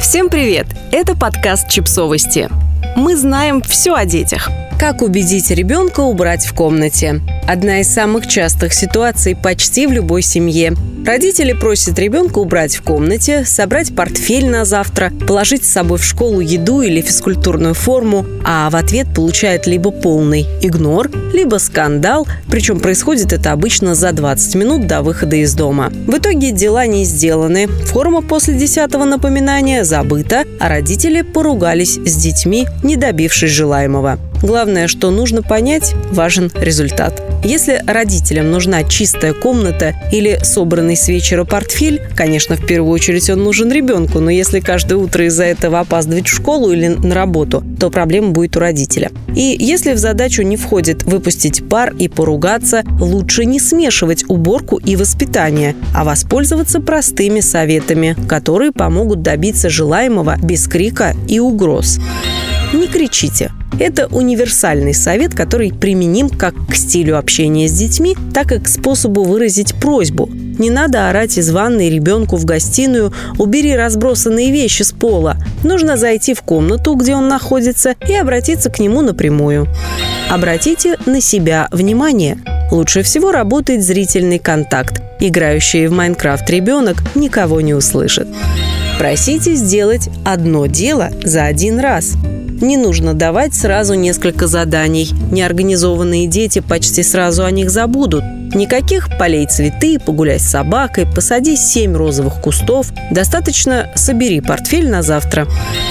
Всем привет! Это подкаст «Чипсовости». Мы знаем все о детях. Как убедить ребенка убрать в комнате? Одна из самых частых ситуаций почти в любой семье. Родители просят ребенка убрать в комнате, собрать портфель на завтра, положить с собой в школу еду или физкультурную форму, а в ответ получают либо полный игнор, либо скандал, причем происходит это обычно за 20 минут до выхода из дома. В итоге дела не сделаны, форма после 10-го напоминания забыта, а родители поругались с детьми, не добившись желаемого. Главное, что нужно понять, важен результат. Если родителям нужна чистая комната или собранный с вечера портфель, конечно, в первую очередь он нужен ребенку, но если каждое утро из-за этого опаздывать в школу или на работу, то проблема будет у родителя. И если в задачу не входит выпустить пар и поругаться, лучше не смешивать уборку и воспитание, а воспользоваться простыми советами, которые помогут добиться желаемого без крика и угроз. Не кричите. Это универсальный совет, который применим как к стилю общения с детьми, так и к способу выразить просьбу. Не надо орать из ванной ребенку в гостиную «убери разбросанные вещи с пола». Нужно зайти в комнату, где он находится, и обратиться к нему напрямую. Обратите на себя внимание. Лучше всего работает зрительный контакт. Играющий в Майнкрафт ребенок никого не услышит. Просите сделать одно дело за один раз. Не нужно давать сразу несколько заданий. Неорганизованные дети почти сразу о них забудут. Никаких полей цветы, погуляй с собакой, посади 7 розовых кустов. Достаточно собери портфель на завтра.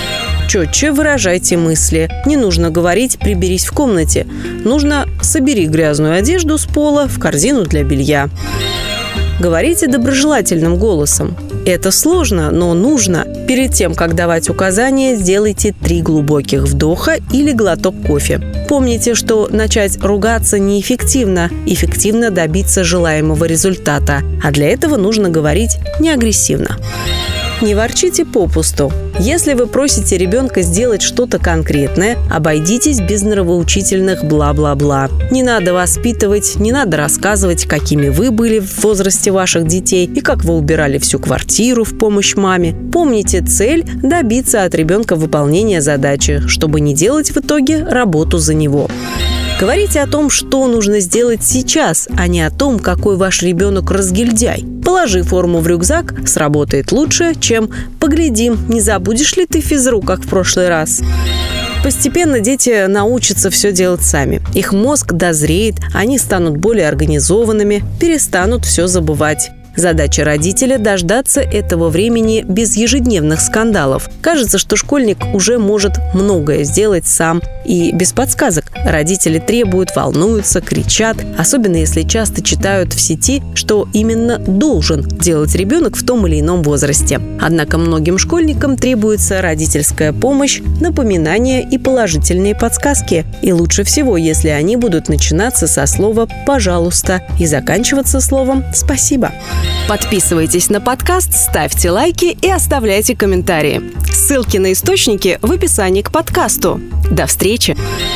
Четче выражайте мысли. Не нужно говорить «приберись в комнате». Нужно «собери грязную одежду с пола в корзину для белья». Говорите доброжелательным голосом. Это сложно, но нужно. Перед тем, как давать указания, сделайте 3 глубоких вдоха или глоток кофе. Помните, что начать ругаться неэффективно. Эффективно добиться желаемого результата. А для этого нужно говорить не агрессивно. Не ворчите попусту. Если вы просите ребенка сделать что-то конкретное, обойдитесь без нравоучительных бла-бла-бла. Не надо воспитывать, не надо рассказывать, какими вы были в возрасте ваших детей и как вы убирали всю квартиру в помощь маме. Помните цель – добиться от ребенка выполнения задачи, чтобы не делать в итоге работу за него. Говорите о том, что нужно сделать сейчас, а не о том, какой ваш ребенок разгильдяй. Положи форму в рюкзак, сработает лучше, чем «поглядим, не забудешь ли ты физру, как в прошлый раз». Постепенно дети научатся все делать сами. Их мозг дозреет, они станут более организованными, перестанут все забывать. Задача родителя – дождаться этого времени без ежедневных скандалов. Кажется, что школьник уже может многое сделать сам и без подсказок. Родители требуют, волнуются, кричат, особенно если часто читают в сети, что именно должен делать ребенок в том или ином возрасте. Однако многим школьникам требуется родительская помощь, напоминания и положительные подсказки. И лучше всего, если они будут начинаться со слова «пожалуйста» и заканчиваться словом «спасибо». Подписывайтесь на подкаст, ставьте лайки и оставляйте комментарии. Ссылки на источники в описании к подкасту. До встречи!